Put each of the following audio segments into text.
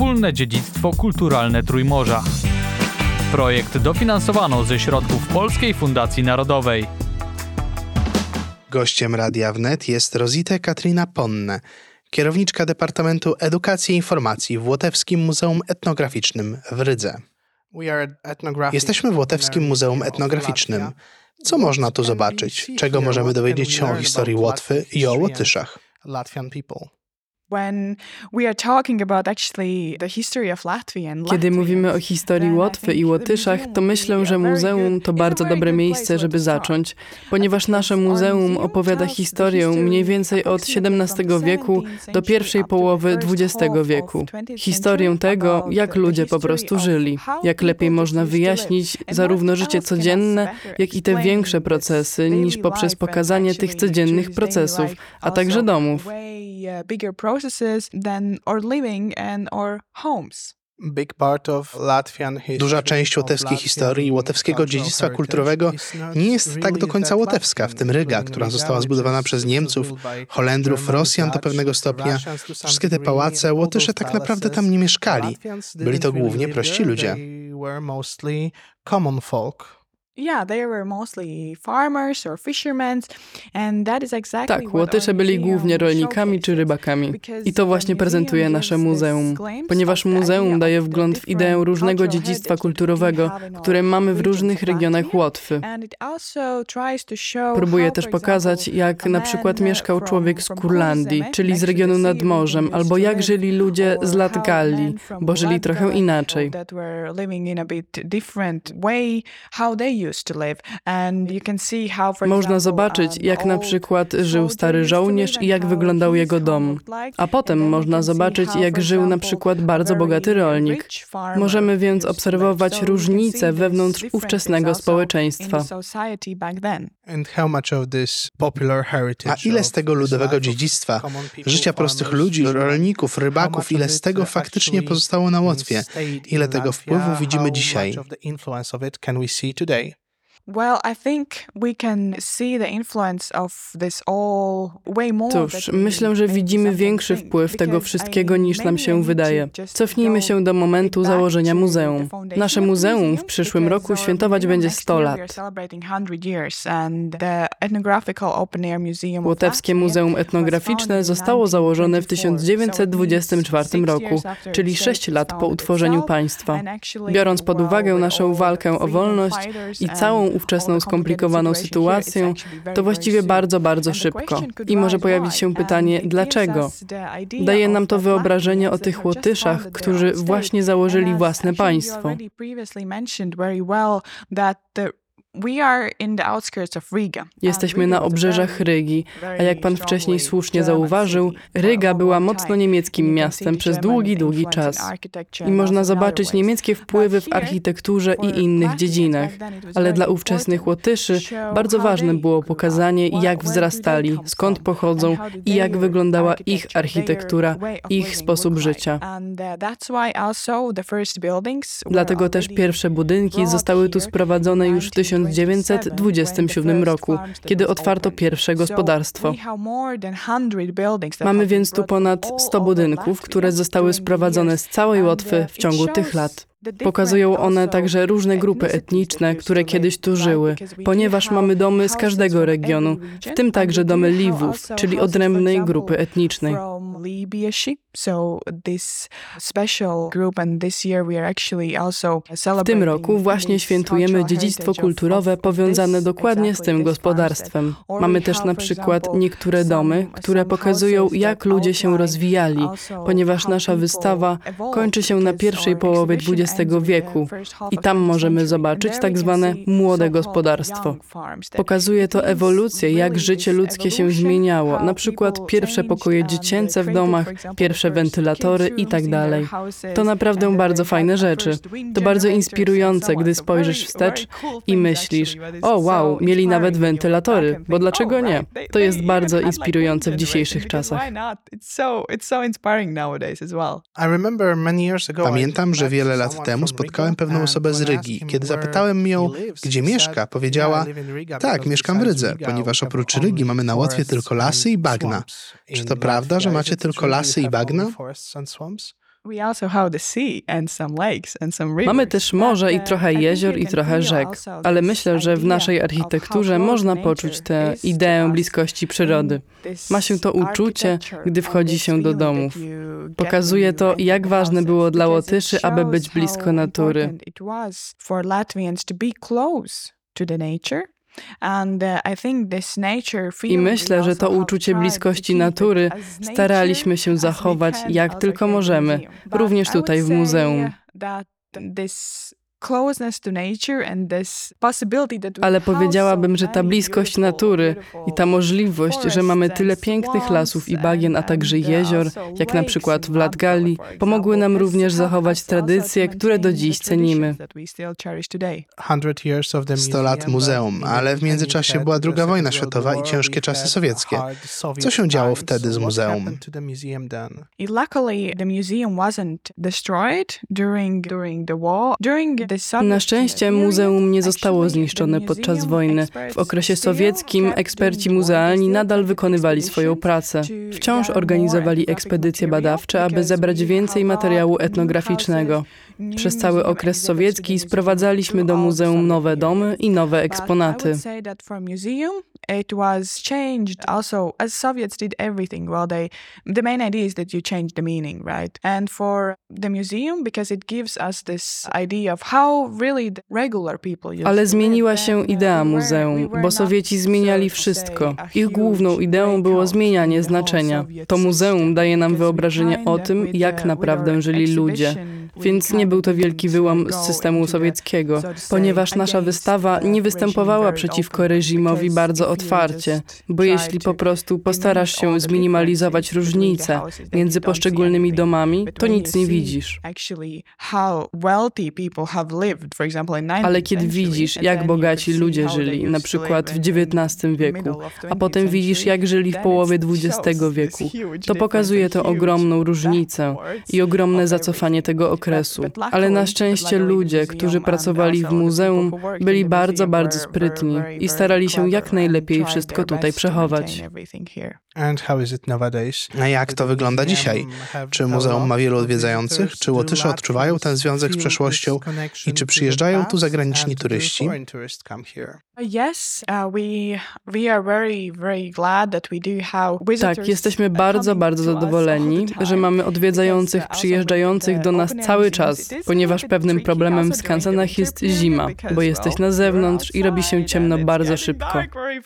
wspólne dziedzictwo kulturalne Trójmorza. Projekt dofinansowano ze środków Polskiej Fundacji Narodowej. Gościem Radia Wnet jest Rosita Katrina Ponne, kierowniczka Departamentu Edukacji i Informacji w Łotewskim Muzeum Etnograficznym w Rydze. Jesteśmy w Łotewskim Muzeum Etnograficznym. Co można tu zobaczyć? Czego możemy dowiedzieć się o historii Łotwy i o Łotyszach? Kiedy mówimy o historii Łotwy i Łotyszach, to myślę, że muzeum to bardzo dobre miejsce, żeby zacząć, ponieważ nasze muzeum opowiada historię mniej więcej od XVII wieku do pierwszej połowy XX wieku. Historię tego, jak ludzie po prostu żyli, jak lepiej można wyjaśnić zarówno życie codzienne, jak i te większe procesy, niż poprzez pokazanie tych codziennych procesów, a także domów. Duża część łotewskiej historii i łotewskiego dziedzictwa kulturowego nie jest tak do końca łotewska, w tym Ryga, która została zbudowana przez Niemców, Holendrów, Rosjan do pewnego stopnia. Wszystkie te pałace, Łotysze tak naprawdę tam nie mieszkali. Byli to głównie prości ludzie. Tak, Łotysze byli głównie rolnikami czy rybakami. I to właśnie prezentuje nasze muzeum. Ponieważ muzeum daje wgląd w ideę różnego dziedzictwa kulturowego, które mamy w różnych regionach Łotwy. Próbuje też pokazać, jak na przykład mieszkał człowiek z Kurlandii, czyli z regionu nad morzem, albo jak żyli ludzie z Latgalii, bo żyli trochę inaczej. Można zobaczyć, jak na przykład żył stary żołnierz i jak wyglądał jego dom. A potem można zobaczyć, jak żył na przykład bardzo bogaty rolnik. Możemy więc obserwować różnice wewnątrz ówczesnego społeczeństwa. A ile z tego ludowego dziedzictwa, życia prostych ludzi, rolników, rybaków, ile z tego faktycznie pozostało na Łotwie? Ile tego wpływu widzimy dzisiaj? Cóż, myślę, że widzimy większy wpływ tego wszystkiego niż nam się wydaje. Cofnijmy się do momentu założenia muzeum. Nasze muzeum w przyszłym roku świętować będzie 100 lat. Łotewskie Muzeum Etnograficzne zostało założone w 1924 roku, czyli 6 lat po utworzeniu państwa. Biorąc pod uwagę naszą walkę o wolność i całą ówczesną skomplikowaną sytuację, to właściwie bardzo, bardzo szybko. I może pojawić się pytanie, dlaczego? Daje nam to wyobrażenie o tych Łotyszach, którzy właśnie założyli własne państwo. Jesteśmy na obrzeżach Rygi, a jak pan wcześniej słusznie zauważył, Ryga była mocno niemieckim miastem przez długi, długi czas. I można zobaczyć niemieckie wpływy w architekturze i innych dziedzinach. Ale dla ówczesnych Łotyszy bardzo ważne było pokazanie, jak wzrastali, skąd pochodzą i jak wyglądała ich architektura, ich sposób życia. Dlatego też pierwsze budynki zostały tu sprowadzone już w 1927 roku, kiedy otwarto pierwsze gospodarstwo. Mamy więc tu ponad 100 budynków, które zostały sprowadzone z całej Łotwy w ciągu tych lat. Pokazują one także różne grupy etniczne, które kiedyś tu żyły, ponieważ mamy domy z każdego regionu, w tym także domy Liwów, czyli odrębnej grupy etnicznej. W tym roku właśnie świętujemy dziedzictwo kulturowe powiązane dokładnie z tym gospodarstwem. Mamy też na przykład niektóre domy, które pokazują, jak ludzie się rozwijali, ponieważ nasza wystawa kończy się na pierwszej połowie XX wieku i tam możemy zobaczyć tak zwane młode gospodarstwo. Pokazuje to ewolucję, jak życie ludzkie się zmieniało, na przykład pierwsze pokoje dziecięce w domach, pierwsze wentylatory i tak dalej. To naprawdę bardzo fajne rzeczy. To bardzo inspirujące, gdy spojrzysz wstecz i myślisz, o wow, mieli nawet wentylatory, bo dlaczego nie? To jest bardzo inspirujące w dzisiejszych czasach. Pamiętam, że wiele lat temu spotkałem pewną osobę z Rygi. Kiedy zapytałem ją, gdzie mieszka, powiedziała, tak, mieszkam w Rydze, ponieważ oprócz Rygi mamy na Łotwie tylko lasy i bagna. Czy to prawda, że macie tylko lasy i bagna? Mamy też morze i trochę jezior i trochę rzek, ale myślę, że w naszej architekturze można poczuć tę ideę bliskości przyrody. Ma się to uczucie, gdy wchodzi się do domów. Pokazuje to, jak ważne było dla Łotyszy, aby być blisko natury. I myślę, że to uczucie bliskości natury staraliśmy się zachować jak tylko możemy, również tutaj w muzeum. Ale powiedziałabym, że ta bliskość natury i ta możliwość, że mamy tyle pięknych lasów i bagien, a także jezior, jak na przykład w Latgali, pomogły nam również zachować tradycje, które do dziś cenimy. 100 lat muzeum, ale w międzyczasie była II wojna światowa i ciężkie czasy sowieckie. Co się działo wtedy z muzeum? Na szczęście muzeum nie zostało zniszczone podczas wojny. W okresie sowieckim eksperci muzealni nadal wykonywali swoją pracę. Wciąż organizowali ekspedycje badawcze, aby zebrać więcej materiału etnograficznego. Przez cały okres sowiecki sprowadzaliśmy do muzeum nowe domy i nowe eksponaty. It was changed also, as Soviets did everything. Well, the main idea is that you change the meaning, right? And for the museum, because it gives us this idea of how really the regular people used Ale zmieniła się idea muzeum, bo Sowieci zmieniali wszystko. Ich główną ideą było zmienianie znaczenia. To muzeum daje nam wyobrażenie o tym, jak naprawdę żyli ludzie. Więc nie był to wielki wyłom z systemu sowieckiego, ponieważ nasza wystawa nie występowała przeciwko reżimowi bardzo otwarcie, bo jeśli po prostu postarasz się zminimalizować różnice między poszczególnymi domami, to nic nie widzisz. Ale kiedy widzisz, jak bogaci ludzie żyli, na przykład w XIX wieku, a potem widzisz, jak żyli w połowie XX wieku, to pokazuje to ogromną różnicę i ogromne zacofanie tego okresu. Ale na szczęście ludzie, którzy pracowali w muzeum, byli bardzo, bardzo sprytni i starali się jak najlepiej wszystko tutaj przechować. A jak to wygląda dzisiaj? Czy muzeum ma wielu odwiedzających? Czy Łotysze odczuwają ten związek z przeszłością? I czy przyjeżdżają tu zagraniczni turyści? Tak, jesteśmy bardzo, bardzo zadowoleni, że mamy odwiedzających przyjeżdżających do nas cały czas, ponieważ pewnym problemem w skansenach jest zima, bo jesteś na zewnątrz i robi się ciemno bardzo szybko.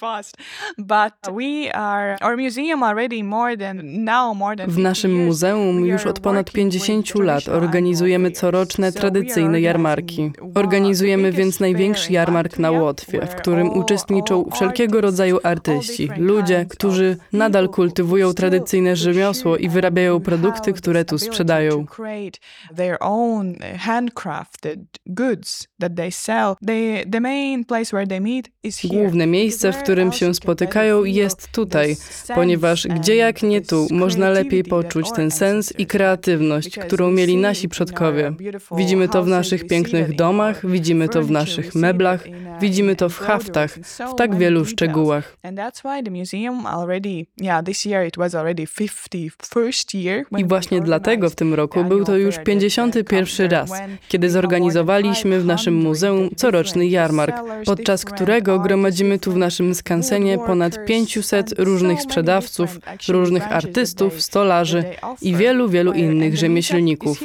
W naszym muzeum już od ponad 50 lat organizujemy coroczne tradycyjne jarmarki. Organizujemy więc największy jarmark na Łotwie, w którym uczestniczą wszelkiego rodzaju artyści, ludzie, którzy nadal kultywują tradycyjne rzemiosło i wyrabiają produkty, które tu sprzedają. Główne miejsce, w którym się spotykają, jest tutaj, ponieważ gdzie jak nie tu można lepiej poczuć ten sens i kreatywność, którą mieli nasi przodkowie. Widzimy to w naszych pięknych domach, widzimy to w naszych meblach, widzimy to w haftach, w tak wielu szczegółach. I właśnie dlatego w tym roku był to już 51. raz, kiedy zorganizowaliśmy w naszym muzeum coroczny jarmark, podczas którego gromadzimy tu w naszym skansenie ponad 500 różnych sprzedawców, różnych artystów, stolarzy i wielu, wielu innych rzemieślników.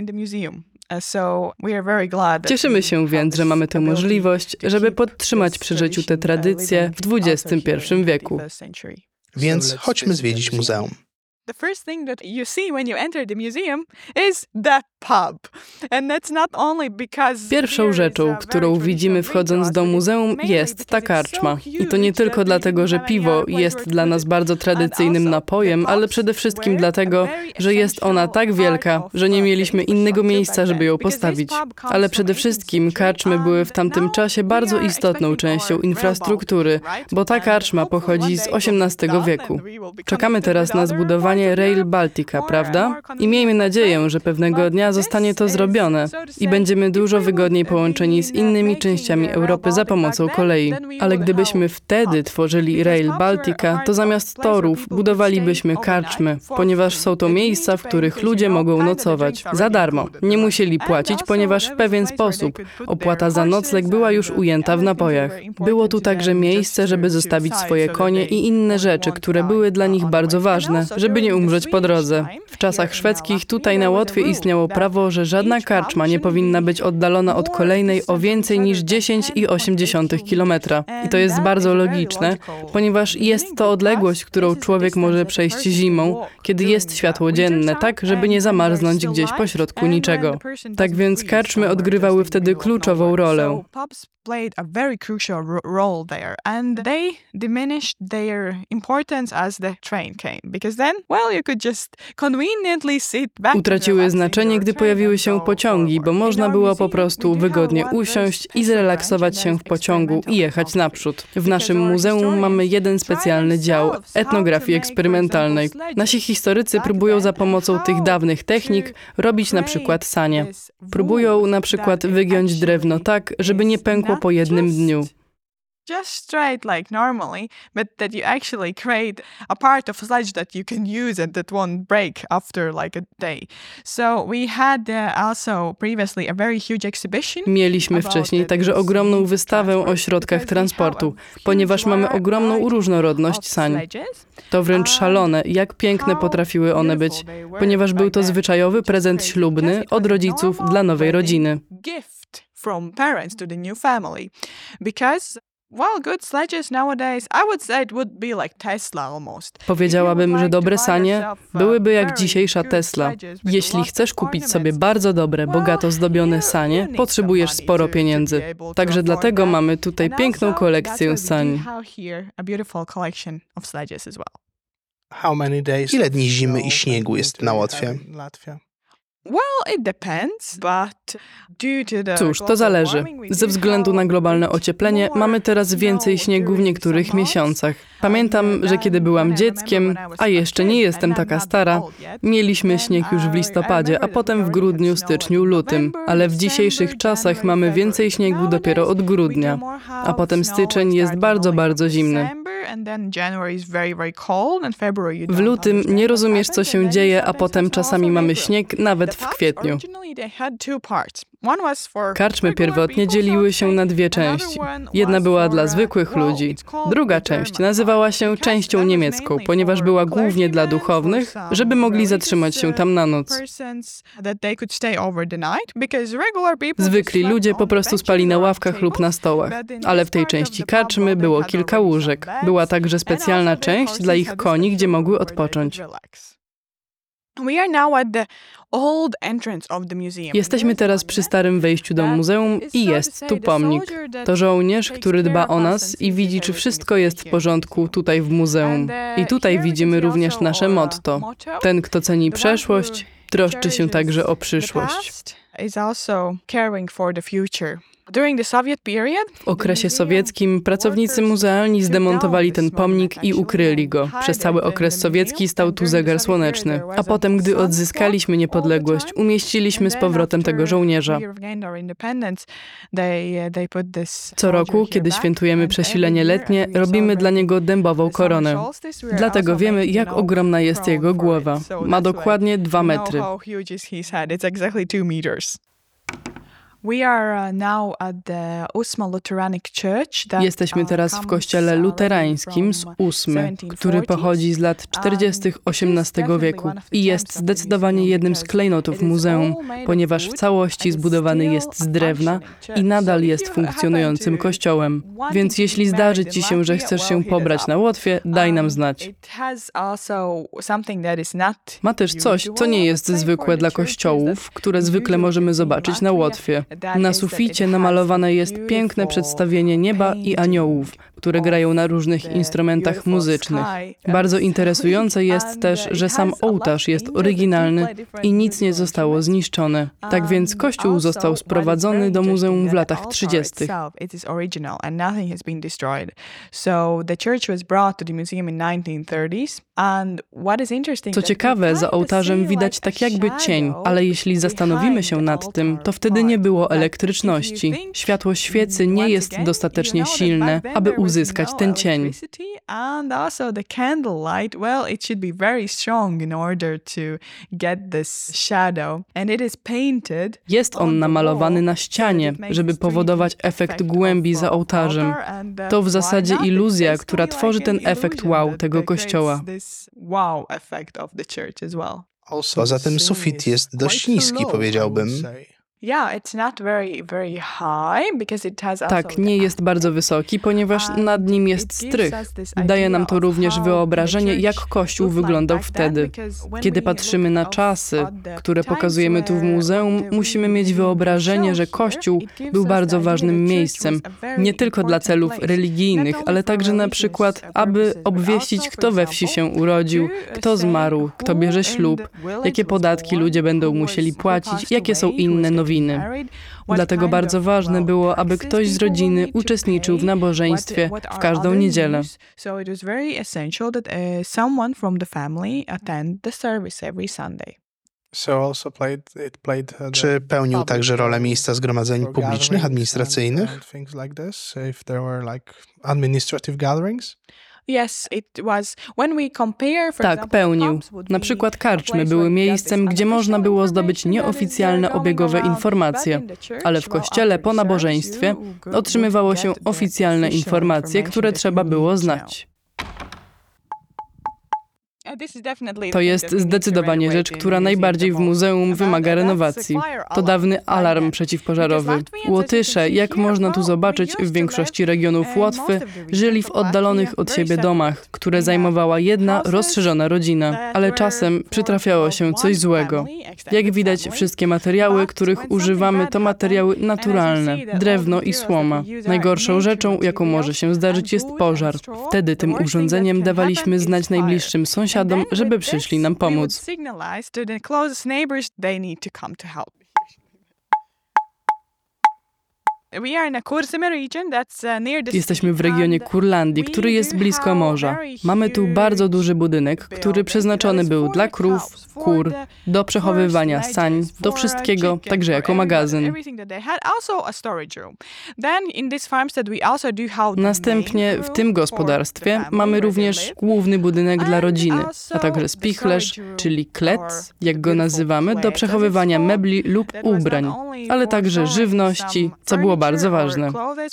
Cieszymy się więc, że mamy tę możliwość, żeby podtrzymać przy życiu te tradycje w XXI wieku. Więc chodźmy zwiedzić muzeum. The first thing that you see when you enter the museum is the pub. And that's not only because Pierwszą rzeczą, którą widzimy wchodząc do muzeum, jest ta karczma. I to nie tylko dlatego, że piwo jest dla nas bardzo tradycyjnym napojem, ale przede wszystkim dlatego, że jest ona tak wielka, że nie mieliśmy innego miejsca, żeby ją postawić. Ale przede wszystkim karczmy były w tamtym czasie bardzo istotną częścią infrastruktury, bo ta karczma pochodzi z XVIII wieku. Czekamy teraz na zbudowanie budowanie Rail Baltica, prawda? I miejmy nadzieję, że pewnego dnia zostanie to zrobione i będziemy dużo wygodniej połączeni z innymi częściami Europy za pomocą kolei. Ale gdybyśmy wtedy tworzyli Rail Baltica, to zamiast torów budowalibyśmy karczmy, ponieważ są to miejsca, w których ludzie mogą nocować za darmo. Nie musieli płacić, ponieważ w pewien sposób opłata za nocleg była już ujęta w napojach. Było tu także miejsce, żeby zostawić swoje konie i inne rzeczy, które były dla nich bardzo ważne, żeby nie umrzeć po drodze. W czasach szwedzkich tutaj na Łotwie istniało prawo, że żadna karczma nie powinna być oddalona od kolejnej o więcej niż 10,8 kilometra. I to jest bardzo logiczne, ponieważ jest to odległość, którą człowiek może przejść zimą, kiedy jest światło dzienne, tak, żeby nie zamarznąć gdzieś pośrodku niczego. Tak więc karczmy odgrywały wtedy kluczową rolę. Played a very crucial role there, and they diminished their importance as the train came, because then, well, you could just conveniently sit back. Utraciły znaczenie, gdy pojawiły się pociągi, bo można było po prostu wygodnie usiąść i zrelaksować się w pociągu i jechać naprzód. W naszym muzeum mamy jeden specjalny dział etnografii eksperymentalnej. Nasi historycy próbują za pomocą tych dawnych technik robić na przykład sanie. Próbują na przykład wygiąć drewno tak, żeby nie pękło po jednym dniu. Just straight like normally, but that you actually create a part of sledge that you can use and that won't break after like a day. So we had also previously a very huge exhibition. Mieliśmy wcześniej także ogromną wystawę o środkach transportu, ponieważ mamy ogromną różnorodność sań. To wręcz szalone, jak piękne potrafiły one być, ponieważ był to zwyczajowy prezent ślubny od rodziców dla nowej rodziny. Gift from parents to the new family, because good sledges nowadays, I would say it would be like Tesla almost. Powiedziałabym, że dobre sanie byłyby jak dzisiejsza Tesla. Jeśli chcesz kupić sobie bardzo dobre, bogato zdobione sanie, potrzebujesz sporo pieniędzy. Także dlatego mamy tutaj piękną kolekcję sań. Ile dni zimy i śniegu jest na Łotwie? Cóż, to zależy. Ze względu na globalne ocieplenie mamy teraz więcej śniegu w niektórych miesiącach. Pamiętam, że kiedy byłam dzieckiem, a jeszcze nie jestem taka stara, mieliśmy śnieg już w listopadzie, a potem w grudniu, styczniu, lutym. Ale w dzisiejszych czasach mamy więcej śniegu dopiero od grudnia, a potem styczeń jest bardzo, bardzo zimny. W lutym nie rozumiesz, co się dzieje, a potem czasami mamy śnieg nawet w kwietniu. Karczmy pierwotnie dzieliły się na dwie części. Jedna była dla zwykłych ludzi. Druga część nazywała się częścią niemiecką, ponieważ była głównie dla duchownych, żeby mogli zatrzymać się tam na noc. Zwykli ludzie po prostu spali na ławkach lub na stołach, ale w tej części karczmy było kilka łóżek. Była także specjalna część dla ich koni, gdzie mogły odpocząć. Jesteśmy teraz przy starym wejściu do muzeum i jest tu pomnik. To żołnierz, który dba o nas i widzi, czy wszystko jest w porządku tutaj w muzeum. I tutaj widzimy również nasze motto. Ten, kto ceni przeszłość, troszczy się także o przyszłość. W okresie sowieckim pracownicy muzealni zdemontowali ten pomnik i ukryli go. Przez cały okres sowiecki stał tu zegar słoneczny, a potem, gdy odzyskaliśmy niepodległość, umieściliśmy z powrotem tego żołnierza. Co roku, kiedy świętujemy przesilenie letnie, robimy dla niego dębową koronę. Dlatego wiemy, jak ogromna jest jego głowa. Ma dokładnie 2 metry. Jesteśmy teraz w kościele luterańskim z Ósmy, który pochodzi z lat 40. XVIII wieku i jest zdecydowanie jednym z klejnotów muzeum, ponieważ w całości zbudowany jest z drewna i nadal jest funkcjonującym kościołem. Więc jeśli zdarzy ci się, że chcesz się pobrać na Łotwie, daj nam znać. Ma też coś, co nie jest zwykłe dla kościołów, które zwykle możemy zobaczyć na Łotwie. Na suficie namalowane jest piękne przedstawienie nieba i aniołów, które grają na różnych instrumentach muzycznych. Bardzo interesujące jest też, że sam ołtarz jest oryginalny i nic nie zostało zniszczone. Tak więc kościół został sprowadzony do muzeum w latach 30. Co ciekawe, za ołtarzem widać tak jakby cień, ale jeśli zastanowimy się nad tym, to wtedy nie było elektryczności. Światło świecy nie jest dostatecznie silne, aby uzyskać ten cień. Jest on namalowany na ścianie, żeby powodować efekt głębi za ołtarzem. To w zasadzie iluzja, która tworzy ten efekt wow tego kościoła. Poza tym sufit jest dość niski, powiedziałbym. Tak, nie jest bardzo wysoki, ponieważ nad nim jest strych. Daje nam to również wyobrażenie, jak Kościół wyglądał wtedy. Kiedy patrzymy na czasy, które pokazujemy tu w muzeum, musimy mieć wyobrażenie, że Kościół był bardzo ważnym miejscem, nie tylko dla celów religijnych, ale także na przykład, aby obwieścić, kto we wsi się urodził, kto zmarł, kto bierze ślub, jakie podatki ludzie będą musieli płacić, jakie są inne nowiny. Dlatego bardzo ważne było, aby ktoś z rodziny uczestniczył w nabożeństwie w każdą niedzielę. Czy pełnił także rolę miejsca zgromadzeń publicznych, administracyjnych? Tak, pełnił. Na przykład karczmy były miejscem, gdzie można było zdobyć nieoficjalne obiegowe informacje, ale w kościele po nabożeństwie otrzymywało się oficjalne informacje, które trzeba było znać. To jest zdecydowanie rzecz, która najbardziej w muzeum wymaga renowacji. To dawny alarm przeciwpożarowy. Łotysze, jak można tu zobaczyć, w większości regionów Łotwy żyli w oddalonych od siebie domach, które zajmowała jedna rozszerzona rodzina. Ale czasem przytrafiało się coś złego. Jak widać, wszystkie materiały, których używamy, to materiały naturalne, drewno i słoma. Najgorszą rzeczą, jaką może się zdarzyć, jest pożar. Wtedy tym urządzeniem dawaliśmy znać najbliższym sąsiadom, żeby przyszli nam pomóc. Jesteśmy w regionie Kurlandii, który jest blisko morza. Mamy tu bardzo duży budynek, który przeznaczony był dla krów, kur, do przechowywania sań, do wszystkiego, także jako magazyn. Następnie w tym gospodarstwie mamy również główny budynek dla rodziny, a także spichlerz, czyli klec, jak go nazywamy, do przechowywania mebli lub ubrań, ale także żywności, co było bardzo ważne.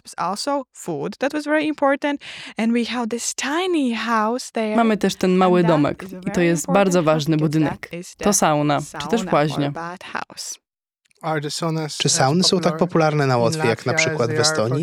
Mamy też ten mały domek i to jest bardzo ważny budynek. To sauna, czy też łaźnia. Czy sauny są tak popularne na Łotwie, jak na przykład w Estonii?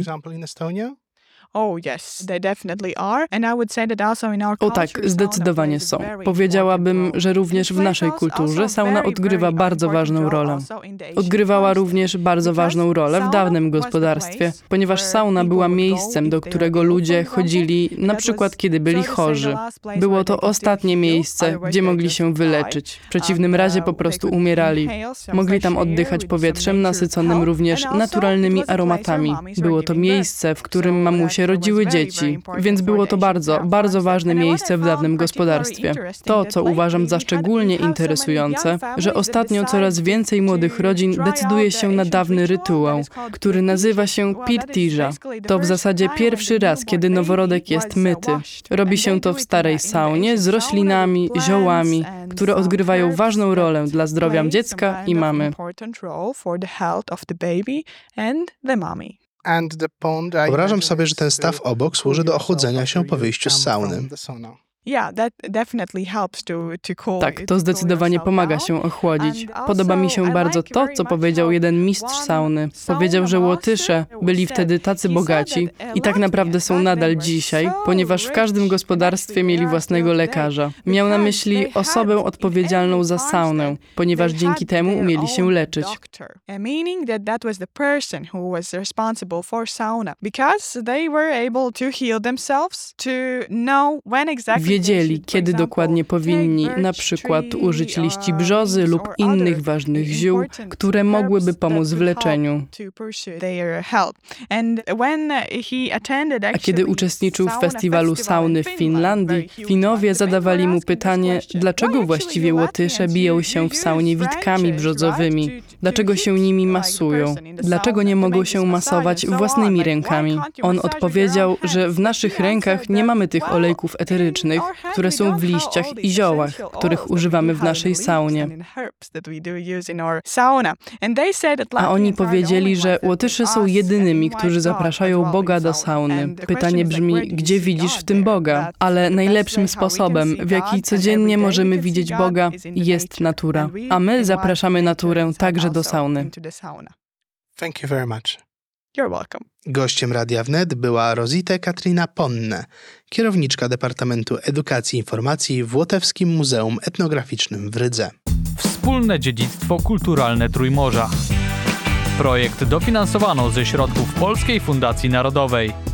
O tak, zdecydowanie są. Powiedziałabym, że również w naszej kulturze sauna odgrywa bardzo ważną rolę. Odgrywała również bardzo ważną rolę w dawnym gospodarstwie, ponieważ sauna była miejscem, do którego ludzie chodzili, na przykład kiedy byli chorzy. Było to ostatnie miejsce, gdzie mogli się wyleczyć. W przeciwnym razie po prostu umierali. Mogli tam oddychać powietrzem nasyconym również naturalnymi aromatami. Było to miejsce, w którym mamusie rodziły dzieci, więc było to bardzo, bardzo ważne miejsce w dawnym gospodarstwie. To, co uważam za szczególnie interesujące, że ostatnio coraz więcej młodych rodzin decyduje się na dawny rytuał, który nazywa się pirtija. To w zasadzie pierwszy raz, kiedy noworodek jest myty. Robi się to w starej saunie z roślinami, ziołami, które odgrywają ważną rolę dla zdrowia dziecka i mamy. Wyobrażam sobie, że ten staw obok służy do ochłodzenia się po wyjściu z sauny. Yeah, that definitely helps to cool. Tak, to zdecydowanie pomaga się ochłodzić. Podoba mi się bardzo to, co powiedział jeden mistrz sauny. Powiedział, że Łotysze byli wtedy tacy bogaci i tak naprawdę są nadal dzisiaj, ponieważ w każdym gospodarstwie mieli własnego lekarza. Miał na myśli osobę odpowiedzialną za saunę, ponieważ dzięki temu umieli się leczyć. Meaning that was the person who was responsible for sauna, because they were able to heal themselves, to know when exactly Wiedzieli, kiedy dokładnie powinni na przykład użyć liści brzozy lub innych ważnych ziół, które mogłyby pomóc w leczeniu. A kiedy uczestniczył w festiwalu sauny w Finlandii, Finowie zadawali mu pytanie, dlaczego właściwie Łotysze biją się w saunie witkami brzozowymi, dlaczego się nimi masują, dlaczego nie mogą się masować własnymi rękami. On odpowiedział, że w naszych rękach nie mamy tych olejków eterycznych, które są w liściach i ziołach, których używamy w naszej saunie. A oni powiedzieli, że Łotysze są jedynymi, którzy zapraszają Boga do sauny. Pytanie brzmi, gdzie widzisz w tym Boga? Ale najlepszym sposobem, w jaki codziennie możemy widzieć Boga, jest natura. A my zapraszamy naturę także do sauny. Thank you very much. You're welcome. Gościem Radia Wnet była Rosita Katrina Ponne, kierowniczka Departamentu Edukacji i Informacji w Łotewskim Muzeum Etnograficznym w Rydze. Wspólne dziedzictwo kulturalne Trójmorza. Projekt dofinansowano ze środków Polskiej Fundacji Narodowej.